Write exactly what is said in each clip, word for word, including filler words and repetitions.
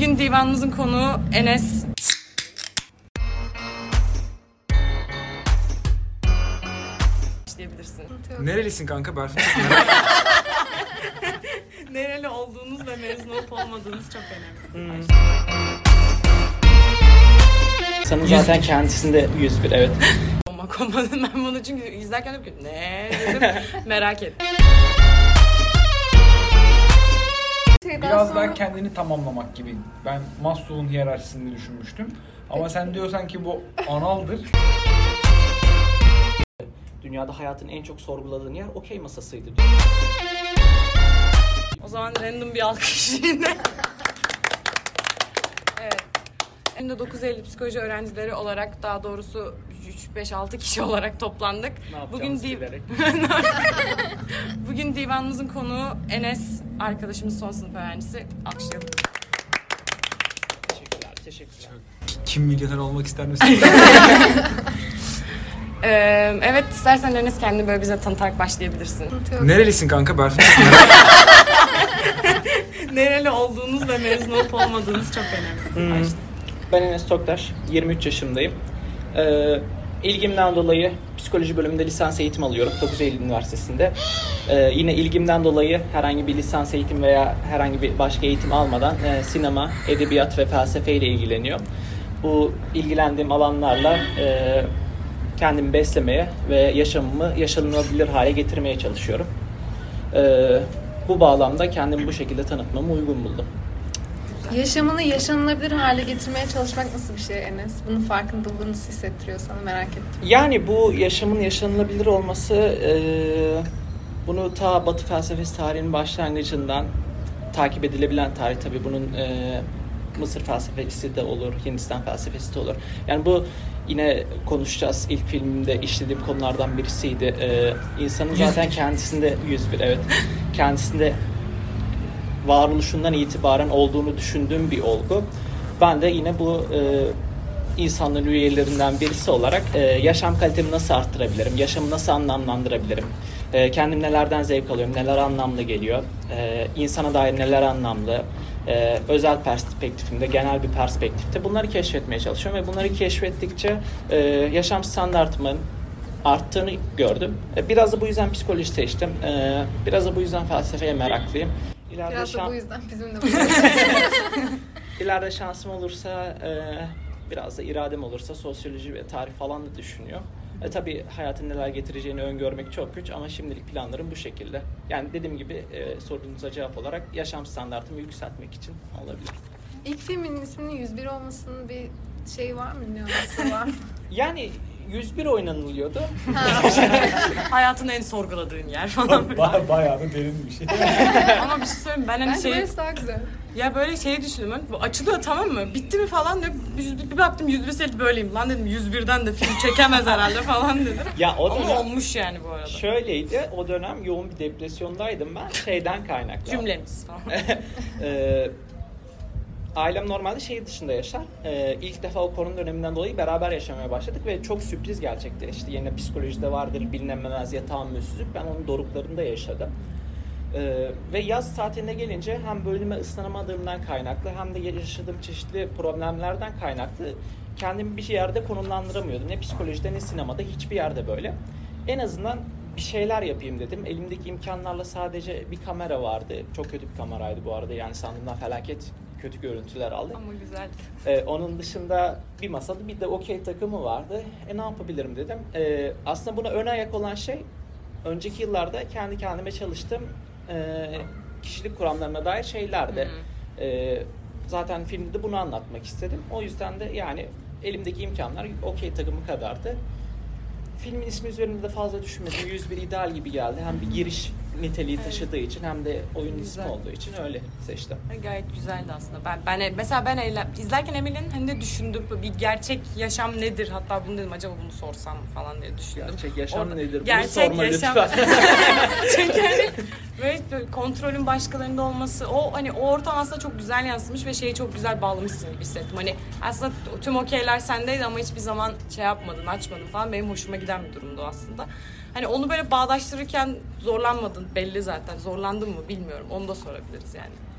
Bugün divanımızın konuğu Enes. Diyebilirsin. Nerelisin kanka? Berfin. Nereli olduğunuz ve mezun olup olmadığınız çok önemli. Hmm. Sanırım zaten kendisinde yüz bir, evet. Olma olmadım ben bunu çünkü izlerken hep ne dedim merak ettim. Biraz sonra... daha kendini tamamlamak gibi. Ben Maslow'un hiyerarşisini düşünmüştüm. Ama sen diyorsan ki bu analdır. Dünyada hayatın en çok sorguladığın yer okey masasıydı. O zaman random bir alkış yine. Evet. Hem de dokuz Eylül psikoloji öğrencileri olarak, daha doğrusu üç beş altı kişi olarak toplandık. Bugün div... Bugün divanımızın konuğu Enes, arkadaşımız, son sınıf öğrencisi. Alkışlayalım. Teşekkürler, teşekkürler. Kim milyoner olmak ister misin? Ee, evet, istersen Enes kendini böyle bize tanıtarak başlayabilirsin. Nerelisin kanka? Berfin. Nereli olduğunuz ve mezun olup olmadığınız çok önemli. Hmm. Ben Enes Toktaş, yirmi üç yaşındayım. Ee, ilgimden dolayı psikoloji bölümünde lisans eğitim alıyorum dokuz Eylül Üniversitesi'nde. Ee, yine ilgimden dolayı herhangi bir lisans eğitim veya herhangi bir başka eğitim almadan e, sinema, edebiyat ve felsefe ile ilgileniyorum. Bu ilgilendiğim alanlarla e, kendimi beslemeye ve yaşamımı yaşanılabilir hale getirmeye çalışıyorum. Ee, bu bağlamda kendimi bu şekilde tanıtmamı uygun buldum. Yaşamını yaşanılabilir hale getirmeye çalışmak nasıl bir şey Enes? Bunun farkındalığını nasıl hissettiriyor sana, merak ettim. Yani bu yaşamın yaşanılabilir olması, e, bunu ta Batı felsefesi tarihinin başlangıcından takip edilebilen tarih, tabii bunun e, Mısır felsefesi de olur, Hindistan felsefesi de olur. Yani bu yine konuşacağız. İlk filmimde işlediğim konulardan birisiydi. Ee, insanın zaten kendisinde yüz bir, evet. Kendisinde varoluşundan itibaren olduğunu düşündüğüm bir olgu. Ben de yine bu e, insanlığın üyelerinden birisi olarak e, yaşam kalitemi nasıl arttırabilirim? Yaşamı nasıl anlamlandırabilirim? E, kendim nelerden zevk alıyorum? Neler anlamlı geliyor? E, insana dair neler anlamlı? Ee, özel perspektifimde, genel bir perspektifte bunları keşfetmeye çalışıyorum ve bunları keşfettikçe e, yaşam standartımın arttığını gördüm. E, biraz da bu yüzden psikoloji seçtim. E, biraz da bu yüzden felsefeye meraklıyım. İleride biraz şan... da bu yüzden bizim de bu İleride şansım olursa, e, biraz da iradem olursa sosyoloji ve tarih falan da düşünüyorum. E, tabii hayatın neler getireceğini öngörmek çok güç ama şimdilik planlarım bu şekilde. Yani dediğim gibi e, sorunuza cevap olarak yaşam standartımı yükseltmek için olabilir. İlk filmin isminin yüz bir olmasının bir şey var mı? Nüansı var mı? Yani yüz bir oynanılıyordu. Hayatın en sorguladığın yer falan. Ba- bayağı da derin bir şey. Ama bir şey söyleyeyim, ben hani Bence şey... Bence daha güzel. Ya böyle şey düşündüm, bu açılıyor tamam mı? Bitti mi falan diyor. Bir, bir baktım yüz bir seyirci böyleyim. Lan dedim yüz birden de film çekemez herhalde falan dedim. Ya o Ama dönem, olmuş yani bu arada. Şöyleydi, o dönem yoğun bir depresyondaydım ben. Şeyden kaynaklı. Cümlemiz falan. ee, ailem normalde şehir dışında yaşar. Ee, ilk defa o korona döneminden dolayı beraber yaşamaya başladık ve çok sürpriz gerçekleşti. Yine psikolojide vardır bilinememez ya tahammülsüzlük. Ben onun doruklarında yaşadım. Ee, ve yaz tatiline gelince hem bölüme ısınamadığımdan kaynaklı hem de yaşadığım çeşitli problemlerden kaynaklı kendimi bir yerde konumlandıramıyordum. Ne psikolojide ne sinemada, hiçbir yerde böyle. En azından bir şeyler yapayım dedim. Elimdeki imkanlarla sadece bir kamera vardı. Çok kötü bir kameraydı bu arada. Yani sandığımdan felaket kötü görüntüler aldık. Ama güzeldi. Ee, onun dışında bir masada bir de okey takımı vardı. E ne yapabilirim dedim. Ee, aslında buna ön ayak olan şey, önceki yıllarda kendi kendime çalıştığım e, kişilik kuramlarına dair şeylerdi. E, zaten filmde de bunu anlatmak istedim. O yüzden de yani elimdeki imkanlar okey takımı kadardı. Filmin ismi üzerinde de fazla düşünmedim. yüz bir ideal gibi geldi. Hem bir giriş niteliği taşıdığı için hem de oyun Güzel. ismi olduğu için öyle seçtim. Gayet güzeldi aslında. Ben ben mesela ben eyle, izlerken Emel'in hani de düşündüm, bir gerçek yaşam nedir? Hatta bunu dedim, acaba bunu sorsam mı falan diye düşündüm. Gerçek yaşam Orada, nedir? Bunu gerçek sorma yaşam... lütfen. Çünkü hani böyle, böyle kontrolün başkalarında olması, o hani o ortam aslında çok güzel yansımış ve şeyi çok güzel bağlamışsın gibi hissettim. Hani aslında tüm okeyler sendeydi ama hiçbir zaman şey yapmadın, açmadın falan. Benim hoşuma giden bir durumdu aslında. Hani onu böyle bağdaştırırken zorlanmadın belli zaten. Zorlandın mı bilmiyorum. Onu da sorabiliriz yani.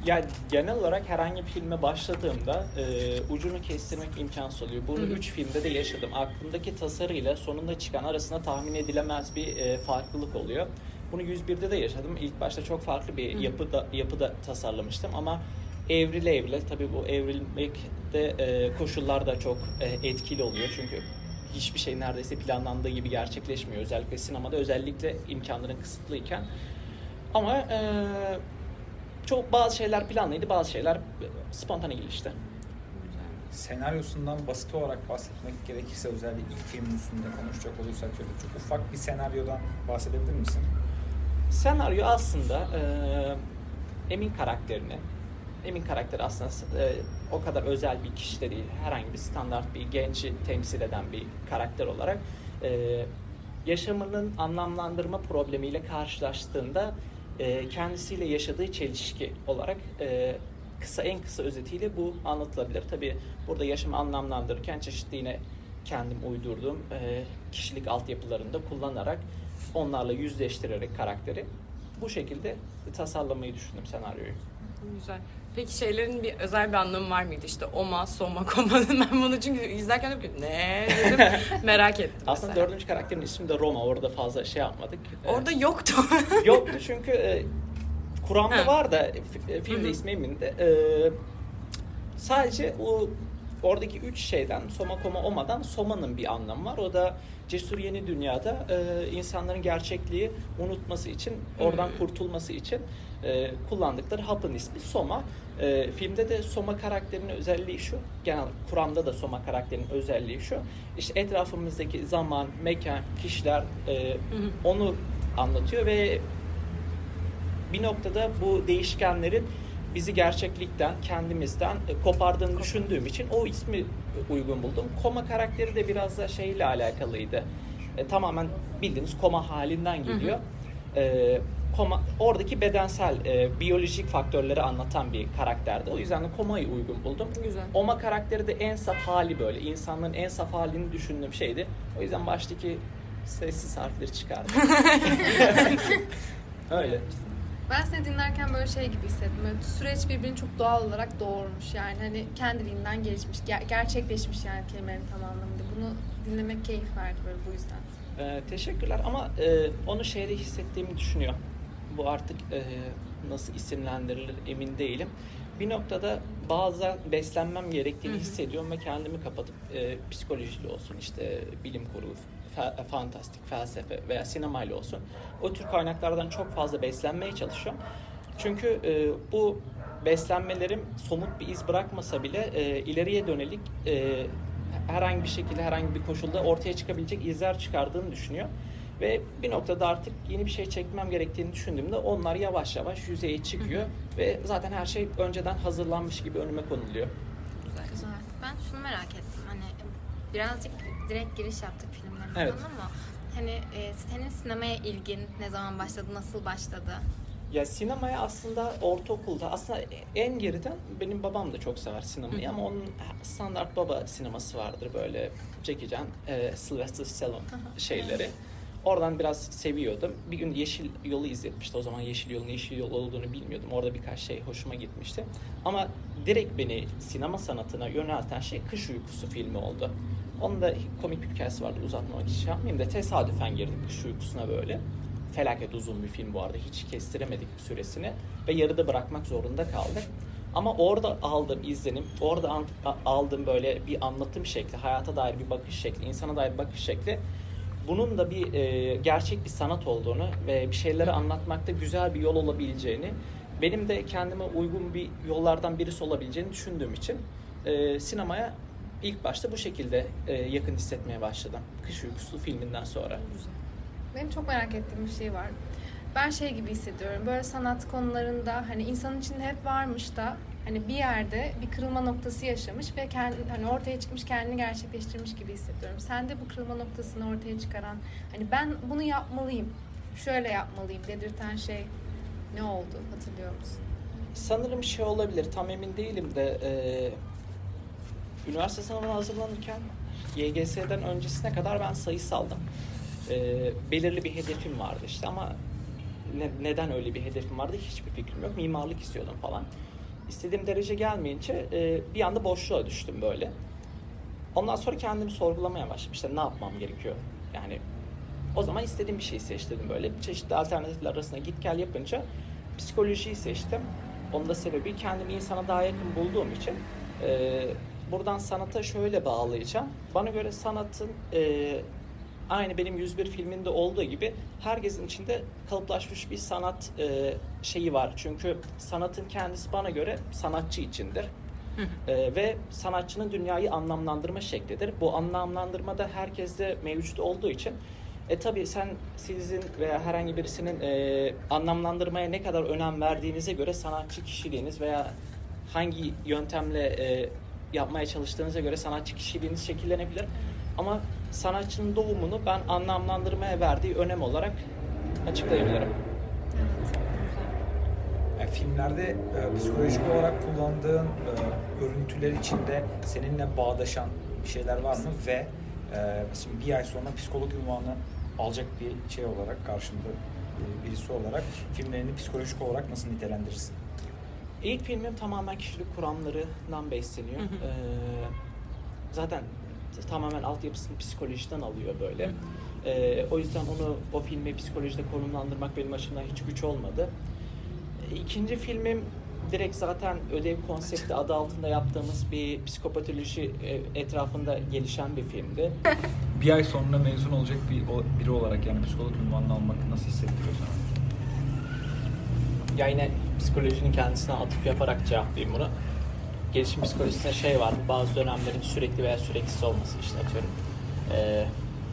Ya genel olarak herhangi bir filme başladığımda e, ucunu kestirmek imkansız oluyor. Bunu Hı hı. üç filmde de yaşadım. Aklımdaki tasarıyla sonunda çıkan arasında tahmin edilemez bir e, farklılık oluyor. Bunu yüz birde de yaşadım. İlk başta çok farklı bir Hı hı. yapıda yapıda tasarlamıştım ama evrile evrile tabii bu evrilmekte e, koşullar da çok e, etkili oluyor. Çünkü hiçbir şey neredeyse planlandığı gibi gerçekleşmiyor. Özellikle sinemada, özellikle imkanların kısıtlıyken. Ama e, çok bazı şeyler planlıydı, bazı şeyler spontane gelişti. Senaryosundan basit olarak bahsetmek gerekirse, özellikle ilk filmin üstünde konuşacak olursak şöyle çok ufak bir senaryodan bahsedebilir misin? Senaryo aslında e, Emin karakterini, Emin karakteri aslında e, o kadar özel bir kişi de değil, herhangi bir standart bir genci temsil eden bir karakter olarak e, yaşamının anlamlandırma problemiyle karşılaştığında e, kendisiyle yaşadığı çelişki olarak e, kısa en kısa özetiyle bu anlatılabilir. Tabii burada yaşamı anlamlandırırken çeşitli yine kendim uydurduğum e, kişilik altyapılarını da kullanarak onlarla yüzleştirerek karakteri bu şekilde tasarlamayı düşündüm senaryoyu. Güzel. Peki şeylerin bir özel bir anlamı var mıydı? İşte oma, soma, komanın. Ben bunu çünkü izlerken dedim ki ne dedim, merak ettim. Aslında mesela. dördüncü karakterin ismi de Roma. Orada fazla şey yapmadık. Orada yoktu. Yoktu çünkü e, Kur'an'da Ha. var da f- filmde Hı hı. ismi Emin'de. E, sadece o oradaki üç şeyden Soma, Koma, Oma'dan Soma'nın bir anlamı var. O da cesur yeni dünyada e, insanların gerçekliği unutması için, oradan Hı. kurtulması için e, kullandıkları hapın ismi Soma. E, filmde de Soma karakterinin özelliği şu, genel Kur'an'da da Soma karakterinin özelliği şu, işte etrafımızdaki zaman, mekan, kişiler e, Hı hı. onu anlatıyor ve bir noktada bu değişkenlerin bizi gerçeklikten, kendimizden kopardığını düşündüğüm için o ismi uygun buldum. Koma karakteri de biraz da şeyle alakalıydı. E, tamamen bildiğiniz koma halinden geliyor. E, koma oradaki bedensel, e, biyolojik faktörleri anlatan bir karakterdi. O yüzden de komayı uygun buldum. Güzel. Oma karakteri de en saf hali böyle. İnsanların en saf halini düşündüğüm şeydi. O yüzden baştaki sessiz harfleri çıkardım. Öyle. Ben seni dinlerken böyle şey gibi hissettim. Böyle süreç birbirini çok doğal olarak doğurmuş. Yani hani kendiliğinden gelişmiş, ger- gerçekleşmiş yani kelimenin tam anlamında. Bunu dinlemek keyif verdi böyle bu yüzden. Ee, teşekkürler ama e, onu şeyde hissettiğimi düşünüyor. Bu artık e, nasıl isimlendirilir emin değilim. Bir noktada bazen beslenmem gerektiğini Hı hı. hissediyorum ve kendimi kapatıp e, psikolojiyle olsun, işte bilim kurgu, fe- fantastik, felsefe veya sinemayla olsun o tür kaynaklardan çok fazla beslenmeye çalışıyorum. Çünkü e, bu beslenmelerim somut bir iz bırakmasa bile e, ileriye dönelik e, herhangi bir şekilde, herhangi bir koşulda ortaya çıkabilecek izler çıkardığını düşünüyor. Ve bir noktada artık yeni bir şey çekmem gerektiğini düşündüğümde onlar yavaş yavaş yüzeye çıkıyor. Hı hı. Ve zaten her şey önceden hazırlanmış gibi önüme konuluyor. Güzel. Güzel. Ben şunu merak ettim. Hani birazcık direkt giriş yaptık filmlerine Evet. falan ama hani e, senin sinemaya ilgin ne zaman başladı, nasıl başladı? Ya sinemaya aslında ortaokulda, aslında en geriden benim babam da çok sever sinemayı Hı hı. ama onun standart baba sineması vardır böyle Jackie Chan, e, Sylvester Stallone şeyleri. Oradan biraz seviyordum. Bir gün Yeşil Yol'u izletmişti. O zaman Yeşil Yol'un Yeşil Yol olduğunu bilmiyordum. Orada birkaç şey hoşuma gitmişti. Ama direkt beni sinema sanatına yönelten şey Kış Uykusu filmi oldu. Onun da komik bir hikayesi vardı. Uzatmamak için şey yapmayayım da tesadüfen girdik Kış Uykusu'na böyle. Felaket uzun bir film bu arada. Hiç kestiremedik süresini. Ve yarıda bırakmak zorunda kaldık. Ama orada aldığım izlenim, orada an- aldığım böyle bir anlatım şekli, hayata dair bir bakış şekli, insana dair bir bakış şekli, bunun da bir e, gerçek bir sanat olduğunu ve bir şeyleri anlatmakta güzel bir yol olabileceğini, benim de kendime uygun bir yollardan birisi olabileceğini düşündüğüm için e, sinemaya ilk başta bu şekilde e, yakın hissetmeye başladım. Kış Uykusu filminden sonra. Benim çok merak ettiğim bir şey var. Ben şey gibi hissediyorum. Böyle sanat konularında hani insanın içinde hep varmış da hani bir yerde bir kırılma noktası yaşamış ve kendi, hani ortaya çıkmış, kendini gerçekleştirmiş gibi hissediyorum. Sen de bu kırılma noktasını ortaya çıkaran, hani ben bunu yapmalıyım, şöyle yapmalıyım dedirten şey ne oldu? Hatırlıyor musun? Sanırım şey olabilir, tam emin değilim de e, üniversite sınavına hazırlanırken Y G S'den öncesine kadar ben sayısaldım. E, belirli bir hedefim vardı işte ama ne, neden öyle bir hedefim vardı hiçbir fikrim yok. Mimarlık istiyordum falan. istediğim derece gelmeyince e, bir anda boşluğa düştüm böyle. Ondan sonra kendimi sorgulamaya başladım. İşte ne yapmam gerekiyor? Yani o zaman istediğim bir şeyi seçtim böyle. Çeşitli alternatifler arasında git gel yapınca psikolojiyi seçtim. Onun da sebebi kendimi insana daha yakın bulduğum için. E, buradan sanata şöyle bağlayacağım. Bana göre sanatın e, aynı benim yüz bir filminde olduğu gibi herkesin içinde kalıplaşmış bir sanat e, şeyi var. Çünkü sanatın kendisi bana göre sanatçı içindir. e, ve sanatçının dünyayı anlamlandırma şeklidir. Bu anlamlandırma da herkeste mevcut olduğu için e tabii sen sizin veya herhangi birisinin e, anlamlandırmaya ne kadar önem verdiğinize göre sanatçı kişiliğiniz veya hangi yöntemle e, yapmaya çalıştığınıza göre sanatçı kişiliğiniz şekillenebilir. Ama sanatçının doğumunu ben anlamlandırmaya verdiği önem olarak açıklayabilirim. Yani filmlerde e, psikolojik olarak kullandığın e, örüntüler içinde seninle bağdaşan bir şeyler var mı? Ve e, şimdi bir ay sonra psikolog ünvanı alacak bir şey olarak karşında e, birisi olarak filmlerini psikolojik olarak nasıl nitelendirirsin? İlk filmim tamamen kişilik kuramlarından besleniyor. Ee, zaten tamamen altyapısını psikolojiden alıyor böyle. Ee, o yüzden onu o filmi psikolojide konumlandırmak benim açımdan hiç güç olmadı. İkinci filmim direkt zaten ödev konsepti adı altında yaptığımız bir psikopatoloji etrafında gelişen bir filmdi. Bir ay sonra mezun olacak bir biri olarak yani psikolog ünvanını almak nasıl hissettiriyor sana? Ya yine psikolojinin kendisine atıf yaparak cevaplayayım bunu. Gelişim psikolojisinde şey var, bazı dönemlerin sürekli veya süreksiz olması, işte atıyorum. Ee,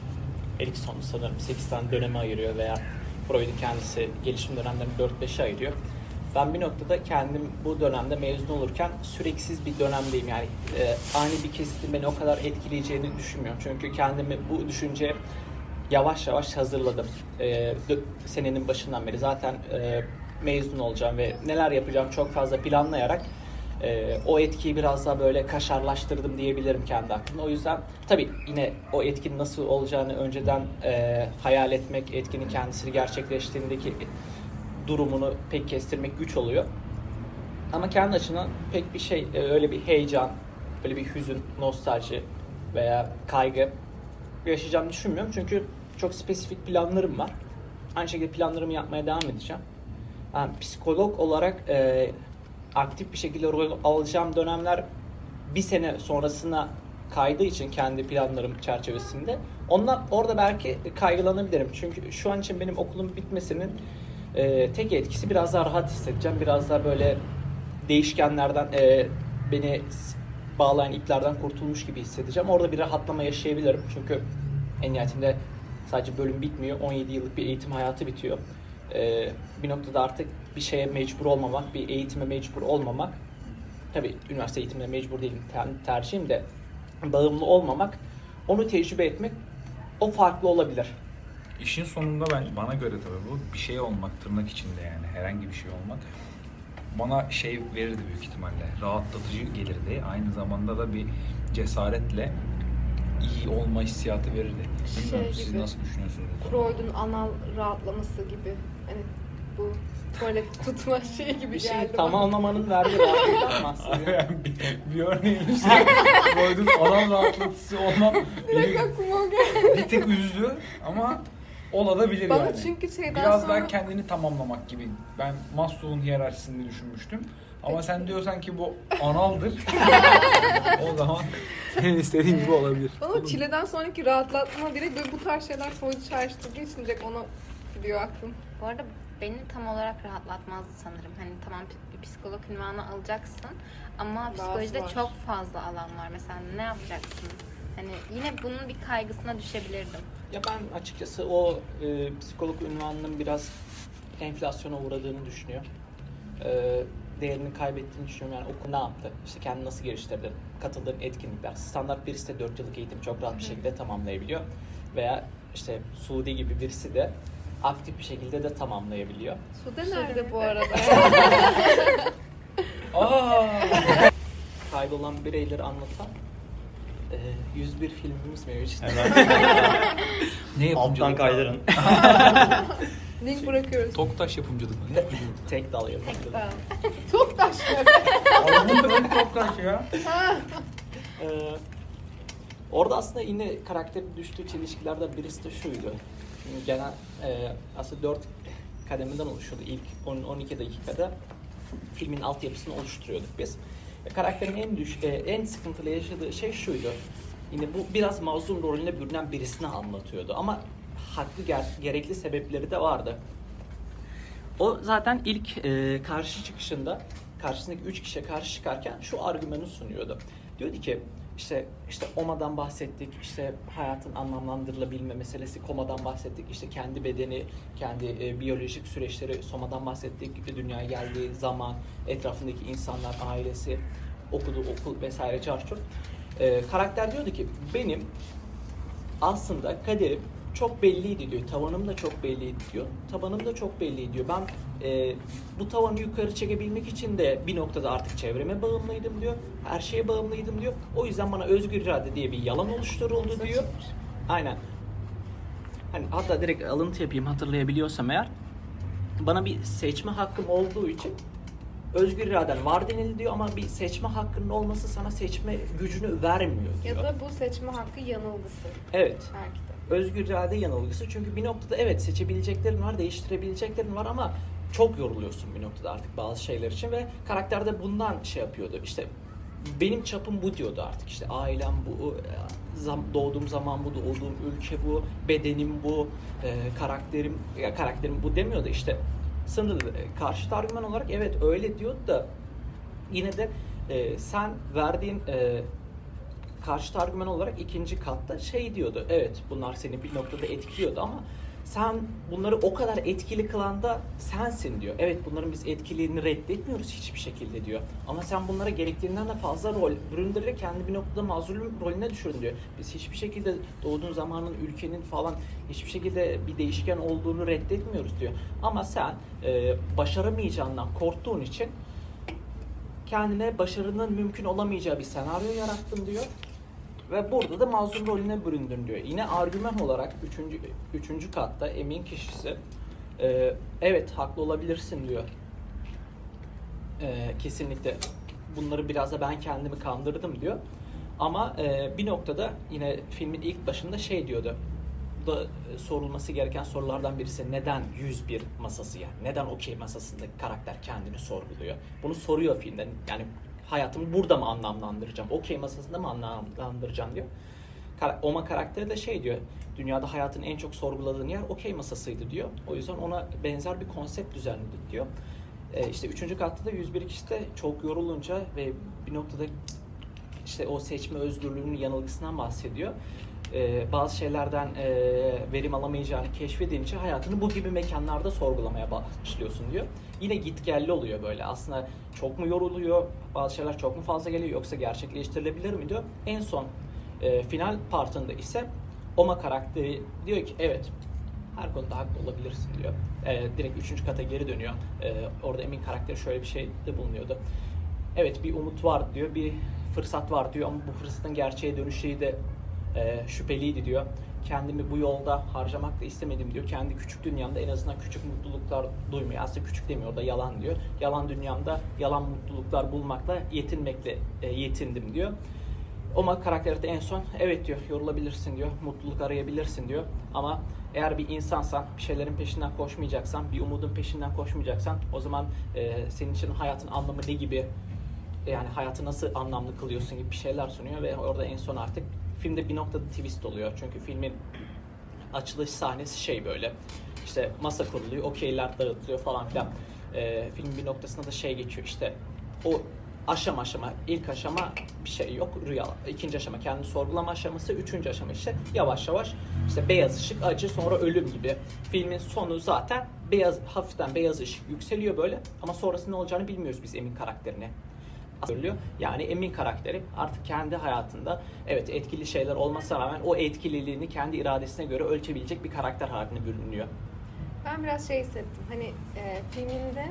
Erikson sanırım sekiz tane döneme ayırıyor veya Freud'un kendisi gelişim dönemlerini dört beşe ayırıyor. Ben bir noktada kendim bu dönemde mezun olurken süreksiz bir dönemdeyim. Yani e, ani bir kesitin beni o kadar etkileyeceğini düşünmüyorum. Çünkü kendimi bu düşünceye yavaş yavaş hazırladım. E, senenin başından beri zaten e, mezun olacağım ve neler yapacağım çok fazla planlayarak e, o etkiyi biraz daha böyle kaşarlaştırdım diyebilirim kendi aklımda. O yüzden tabii yine o etkinin nasıl olacağını önceden e, hayal etmek, etkinin kendisini gerçekleştiğindeki durumunu pek kestirmek güç oluyor. Ama kendi açımdan pek bir şey, öyle bir heyecan, öyle bir hüzün, nostalji veya kaygı yaşayacağımı düşünmüyorum. Çünkü çok spesifik planlarım var. Aynı şekilde planlarımı yapmaya devam edeceğim. Yani psikolog olarak e, aktif bir şekilde rol alacağım dönemler bir sene sonrasına kaydığı için kendi planlarım çerçevesinde. Ondan orada belki kaygılanabilirim. Çünkü şu an için benim okulun bitmesinin e, tek etkisi biraz daha rahat hissedeceğim. Biraz daha böyle değişkenlerden, e, beni bağlayan iplerden kurtulmuş gibi hissedeceğim. Orada bir rahatlama yaşayabilirim. Çünkü en nihayetinde sadece bölüm bitmiyor. on yedi yıllık bir eğitim hayatı bitiyor. Ee, bir noktada artık bir şeye mecbur olmamak, bir eğitime mecbur olmamak, tabii üniversite eğitimine mecbur değilim, tercihim de bağımlı olmamak, onu tecrübe etmek, o farklı olabilir. İşin sonunda ben bana göre tabii bu bir şey olmak, tırnak içinde yani herhangi bir şey olmak bana şey verirdi büyük ihtimalle, rahatlatıcı gelirdi. Aynı zamanda da bir cesaretle iyi olma hissiyatı verirdi. Bilmiyorum Şey siz gibi, nasıl düşünüyorsunuz bu Freud'un anal rahatlaması gibi. Hani bu tuvalet tutma şey gibi Bir geldi şey bana. tamamlamanın verdiği rahatlıktan bahsediyor. bir, bir örneğin Freud'un anal rahatlatıcısı olmam Direkt aklıma o geldi. bir tek üzdü ama olabilir Bana yani. çünkü şeyden Biraz sonra... daha kendini tamamlamak gibi. Ben Maslow'un hiyerarşisini düşünmüştüm. Ama sen diyorsan ki bu analdır. O zaman senin istediğin gibi olabilir. Bana çileden sonraki rahatlatma direkt böyle bu tarz şeyler Freud'u çağrıştırdığı için direkt ona gidiyor aklım. Bu arada beni tam olarak rahatlatmazdı sanırım. Hani tamam bir psikolog ünvanı alacaksın ama psikolojide var. çok fazla alan var. Mesela ne yapacaksın? Hani yine bunun bir kaygısına düşebilirdim. Ya ben açıkçası o e, psikolog ünvanının biraz enflasyona uğradığını düşünüyorum. E, değerini kaybettiğini düşünüyorum. Yani okul ne yaptı? İşte kendini nasıl geliştirdi? Katıldığın etkinlikler. Standart birisi de dört yıllık eğitim çok rahat bir şekilde tamamlayabiliyor. Veya işte Suudi gibi birisi de aktif bir şekilde de tamamlayabiliyor. Sude nerede bu arada? Aa! Kaybolan bireyleri anlatan e, yüz bir filmimiz mevcut. Ne Alttan kaydırın. Link bırakıyoruz. Toktaş yapımcılık mı? Tek dal yapımcılık. Tek dal. Çok taşlı. Adamın ön toprak ya. Ee, orada aslında yine karakterin düştüğü çelişkilerden birisi de şuydu. Şimdi genel e, aslında dört kademeden oluşuyordu. İlk on on iki dakikada filmin altyapısını oluşturuyorduk biz. Ve karakterin en düş e, en sıkıntılı yaşadığı şey şuydu. Yine bu biraz mazlum rolüne bürünen birisini anlatıyordu ama haklı ger- gerekli sebepleri de vardı. O zaten ilk e, karşı çıkışında karşısındaki üç kişiye karşı çıkarken şu argümanı sunuyordu. Diyordu ki işte işte Oma'dan bahsettik, işte hayatın anlamlandırılabilme meselesi, komadan bahsettik, işte kendi bedeni, kendi e, biyolojik süreçleri, somadan bahsettik, dünyaya geldiği zaman, etrafındaki insanlar, ailesi, okuduğu okul vesaire çarçur. E, karakter diyordu ki benim aslında kaderim çok belliydi diyor. Tavanım da çok belliydi diyor. Tabanım da çok belliydi diyor. Ben e, bu tavanı yukarı çekebilmek için de bir noktada artık çevreme bağımlıydım diyor. Her şeye bağımlıydım diyor. O yüzden bana özgür irade diye bir yalan oluşturuldu diyor. Aynen. Hani hatta direkt alıntı yapayım hatırlayabiliyorsam eğer. Bana bir seçme hakkım olduğu için özgür iraden var denildi diyor ama bir seçme hakkının olması sana seçme gücünü vermiyor diyor. Ya da bu seçme hakkı yanılgısı. Evet. Belki de. Özgür irade yanılgısı. Çünkü bir noktada evet seçebileceklerin var, değiştirebileceklerin var ama çok yoruluyorsun bir noktada artık bazı şeyler için ve karakter de bundan şey yapıyordu. İşte benim çapım bu diyordu artık. İşte ailem bu, doğduğum zaman bu, doğduğum ülke bu, bedenim bu, karakterim ya karakterim bu demiyordu işte. Sınırlı karşıt argüman olarak evet öyle diyordu da yine de e, sen verdiğin e, karşıt argüman olarak ikinci katta şey diyordu. Evet bunlar seni bir noktada etkiliyordu ama sen bunları o kadar etkili kılan da sensin diyor. Evet bunların biz etkiliğini reddetmiyoruz hiçbir şekilde diyor. Ama sen bunlara gerektiğinden de fazla rol büründürerek kendi bir noktada mazlum rolüne düşürdün diyor. Biz hiçbir şekilde doğduğun zamanın, ülkenin falan hiçbir şekilde bir değişken olduğunu reddetmiyoruz diyor. Ama sen e, başaramayacağından korktuğun için kendine başarının mümkün olamayacağı bir senaryo yarattın diyor. Ve burada da mazlum rolüne büründün diyor. Yine argüman olarak üçüncü, üçüncü katta emin kişisi e, evet haklı olabilirsin diyor. E, kesinlikle bunları biraz da ben kendimi kandırdım diyor. Ama e, bir noktada yine filmin ilk başında şey diyordu. Bu da e, sorulması gereken sorulardan birisi neden yüz bir masası yani? Neden okey masasındaki karakter kendini sorguluyor? Bunu soruyor filmden. Yani hayatımı burada mı anlamlandıracağım? Okey masasında mı anlamlandıracağım diyor. Oma karakteri de şey diyor. Dünyada hayatın en çok sorguladığın yer okey masasıydı diyor. O yüzden ona benzer bir konsept düzenledik diyor. Ee, işte üçüncü katta da yüz bir kişi de çok yorulunca ve bir noktada işte o seçme özgürlüğünün yanılgısından bahsediyor. Ee, bazı şeylerden e, verim alamayacağını keşfedince hayatını bu gibi mekanlarda sorgulamaya başlıyorsun diyor. Yine gitgelli oluyor böyle. Aslında çok mu yoruluyor, bazı şeyler çok mu fazla geliyor yoksa gerçekleştirilebilir mi diyor. En son e, final partında ise Oma karakteri diyor ki evet her konuda haklı olabilirsin diyor. E, direkt üçüncü kata geri dönüyor. E, orada Emin karakteri şöyle bir şey de bulunuyordu. Evet bir umut var diyor, bir fırsat var diyor ama bu fırsatın gerçeğe dönüşü de e, şüpheliydi diyor. Kendimi bu yolda harcamak da istemedim diyor. Kendi küçük dünyamda en azından küçük mutluluklar duymuyor. Aslında küçük demiyor da yalan diyor. Yalan dünyamda yalan mutluluklar bulmakla yetinmekle e, yetindim diyor. Oma karakteri de en son evet diyor yorulabilirsin diyor. Mutluluk arayabilirsin diyor. Ama eğer bir insansan, bir şeylerin peşinden koşmayacaksan, bir umudun peşinden koşmayacaksan o zaman e, senin için hayatın anlamı ne gibi, yani hayatı nasıl anlamlı kılıyorsun gibi bir şeyler sunuyor ve orada en son artık filmde bir noktada twist oluyor. Çünkü filmin açılış sahnesi şey böyle işte masa kuruluyor, okeyler dağıtılıyor falan filan. E, filmin bir noktasında da şey geçiyor işte o aşama aşama, ilk aşama bir şey yok, rüya. İkinci aşama kendi sorgulama aşaması, üçüncü aşama işte yavaş yavaş işte beyaz ışık, acı, sonra ölüm gibi. Filmin sonu zaten beyaz, hafiften beyaz ışık yükseliyor böyle ama sonrasında ne olacağını bilmiyoruz biz Emin karakterine. Söylüyor. Yani Emin karakteri artık kendi hayatında evet etkili şeyler olmasına rağmen o etkililiğini kendi iradesine göre ölçebilecek bir karakter haline bürünüyor. Ben biraz şey hissettim. Hani e, filminde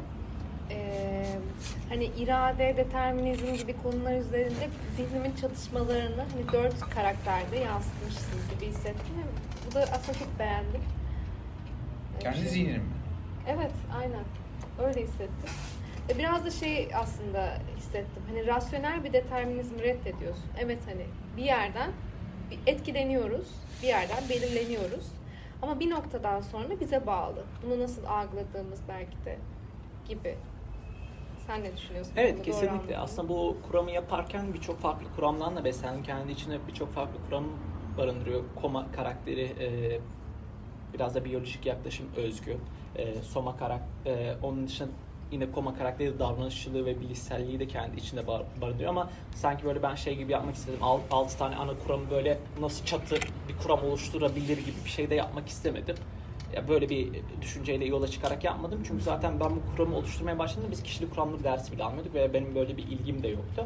e, hani irade, determinizm gibi konular üzerinde zihnimin çatışmalarını hani dört karakterde yansıtmışsınız gibi hissettim. Bu da aslında çok beğendim. Kendi şey... zihnini mi? Evet, aynen. Öyle hissettim. Ve biraz da şey aslında hissettim. Hani rasyonel bir determinizmi reddediyorsun. Evet hani bir yerden bir etkileniyoruz, bir yerden belirleniyoruz. Ama bir noktadan sonra bize bağlı. Bunu nasıl algıladığımız belki de gibi. Sen ne düşünüyorsun? Evet, Bunu kesinlikle. doğru anladım. Aslında bu kuramı yaparken birçok farklı kuramdan da beslendim. Kendi içinde birçok farklı kuram barındırıyor. Koma karakteri e, biraz da biyolojik yaklaşım özgü. E, Soma karakter, e, onun dışında yine Koma karakteri davranışçılığı ve bilişselliği de kendi içinde bar- barındırıyor ama sanki böyle ben şey gibi yapmak istedim. Alt, altı tane ana kuramı böyle nasıl çatı bir kuram oluşturabilir gibi bir şey de yapmak istemedim. Ya böyle bir düşünceyle yola çıkarak yapmadım. Çünkü zaten ben bu kuramı oluşturmaya başladığımda biz kişilik kuramlı dersi bile almıyorduk ve benim böyle bir ilgim de yoktu.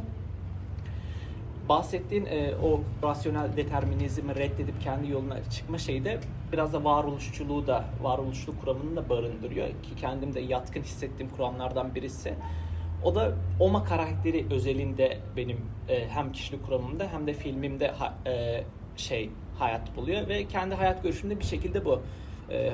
Bahsettiğin e, o rasyonel determinizmi reddedip kendi yoluna çıkma şeyi de biraz da varoluşçuluğu da, varoluşçuluk kuramını da barındırıyor ki kendim de yatkın hissettiğim kuramlardan birisi. O da Oma karakteri özelinde benim e, hem kişilik kuramımda hem de filmimde ha, e, şey hayat buluyor ve kendi hayat görüşümde bir şekilde bu e,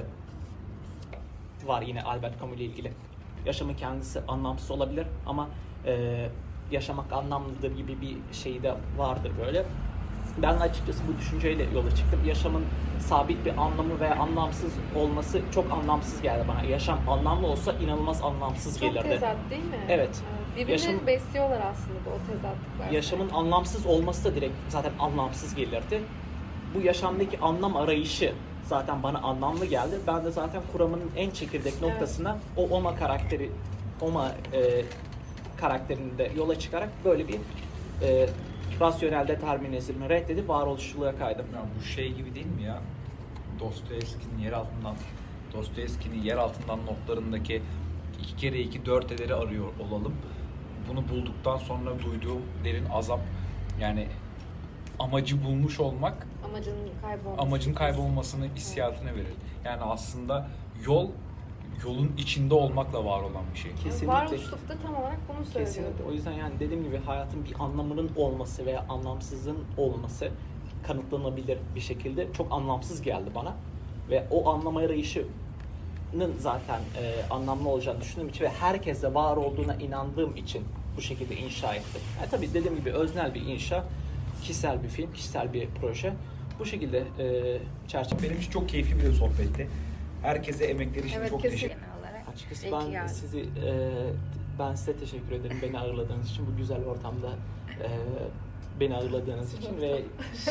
var yine Albert Camus ile ilgili. Yaşamın kendisi anlamsız olabilir ama e, yaşamak anlamlıdır gibi bir şey de vardır böyle. Ben açıkçası bu düşünceyle yola çıktım. Yaşamın sabit bir anlamı veya anlamsız olması çok anlamsız geldi bana. Yaşam anlamlı olsa inanılmaz anlamsız Çok gelirdi. tezat değil mi? Evet. Birbirini Yaşam- besliyorlar aslında bu o tezatlıklar. Yaşamın anlamsız olması da direkt zaten anlamsız gelirdi. Bu yaşamdaki anlam arayışı zaten bana anlamlı geldi. Ben de zaten kuramının en çekirdek noktasına o Oma karakteri, Oma e, karakterinde yola çıkarak böyle bir e, rasyonel determinizmi reddedip varoluşçuluğa kaydım. Ya bu şey gibi değil mi ya? Dostoyevski'nin yer altından Dostoyevski'nin yer altından notlarındaki iki kere iki dört ederi arıyor olalım. Bunu bulduktan sonra duyduğum derin azap, yani amacı bulmuş olmak Amacının kaybolması. amacın kaybolmasını hissiyatını verir. Yani aslında yol yolun içinde olmakla var olan bir şey. Kesinlikle. Varoluşlukta tam olarak bunu söylüyordu. Kesinlikle. O yüzden yani dediğim gibi hayatın bir anlamının olması veya anlamsızlığın olması kanıtlanabilir bir şekilde çok anlamsız geldi bana. Ve o anlam arayışının zaten e, anlamlı olacağını düşündüğüm için ve herkeste var olduğuna inandığım için bu şekilde inşa ettim. Yani tabii dediğim gibi öznel bir inşa, kişisel bir film, kişisel bir proje. Bu şekilde e, çerçeve. Benim için çok keyifli bir sohbetti. Herkese emekleri için Evet, çok kesin. teşekkür Genel olarak. Açıkçası İyi ki ben geldin. sizi e, ben size teşekkür ederim beni ağırladığınız için, bu güzel ortamda e, beni ağırladığınız için ve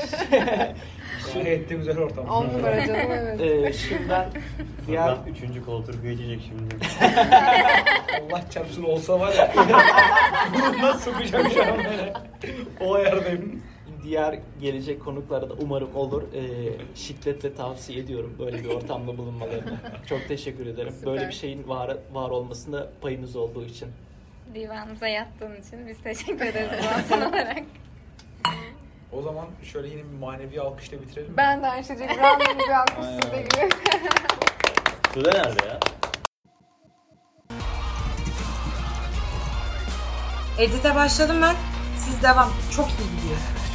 Gayet de güzel ortam. On numara canım evet. e, şimdiden diğer Adam üçüncü koltuğu geçecek şimdi. Allah çarpsın olsa var ya. Bunu nasıl sokacağım şu an böyle? O ayardayım. diğer gelecek konuklara da umarım olur. E, şiddetle tavsiye ediyorum böyle bir ortamda bulunmalarını. Çok teşekkür ederim. Süper. Böyle bir şeyin var var olmasında payınız olduğu için. Divanımıza yattığın için biz teşekkür ederiz Divan olarak. O zaman şöyle yine bir manevi alkışla bitirelim mi? Ben de aynı şey diyecektim. Random bir alkış Aynen. size gibi. Sude nerede ya? Edit'e başladım ben. Siz devam. Çok iyi gidiyor.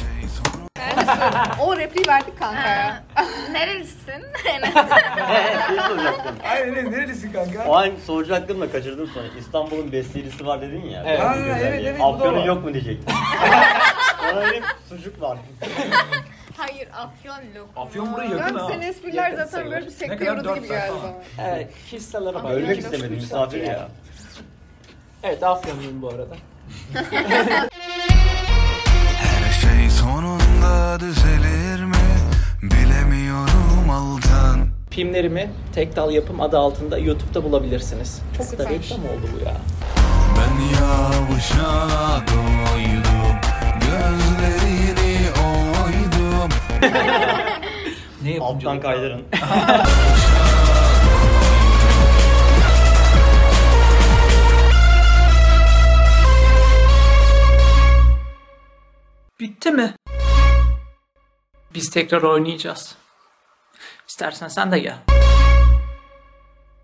O repliği verdik kanka ya. Nerelisin? Şey soracaktım. Aynen öyle. Nerelisin kanka? O an soracaktım da kaçırdım sonra. İstanbul'un bestelisi var dedin ya. Evet. Çok Ha, güzel evet, diye. evet, bu da Afyon'un var. yok mu diyecektim. Ona dedim sucuk var. Hayır, Afyon lokumu. Afyon buraya yakın Ben ha. senin espriler Yakın zaten sayılır. böyle bir Ne sekte kadar? yorudu Dört gibi saat geldi falan. bana. Evet, kişisel araba. Ölmek Afyon istemedim yok, misafir üç saat ya. Evet, Afyonluyum bu arada. Her şey sonunda düzelir mi? Bilemiyorum aldan. Filmlerimi Tek Dal Yapım adı altında YouTube'da bulabilirsiniz. Çok da Süper. reklam oldu bu ya. Ben yavuşa doydum, gözlerini oydum. Ne yapınca? Alttan kaydırın. Bitti mi? Biz tekrar oynayacağız. İstersen sen de gel.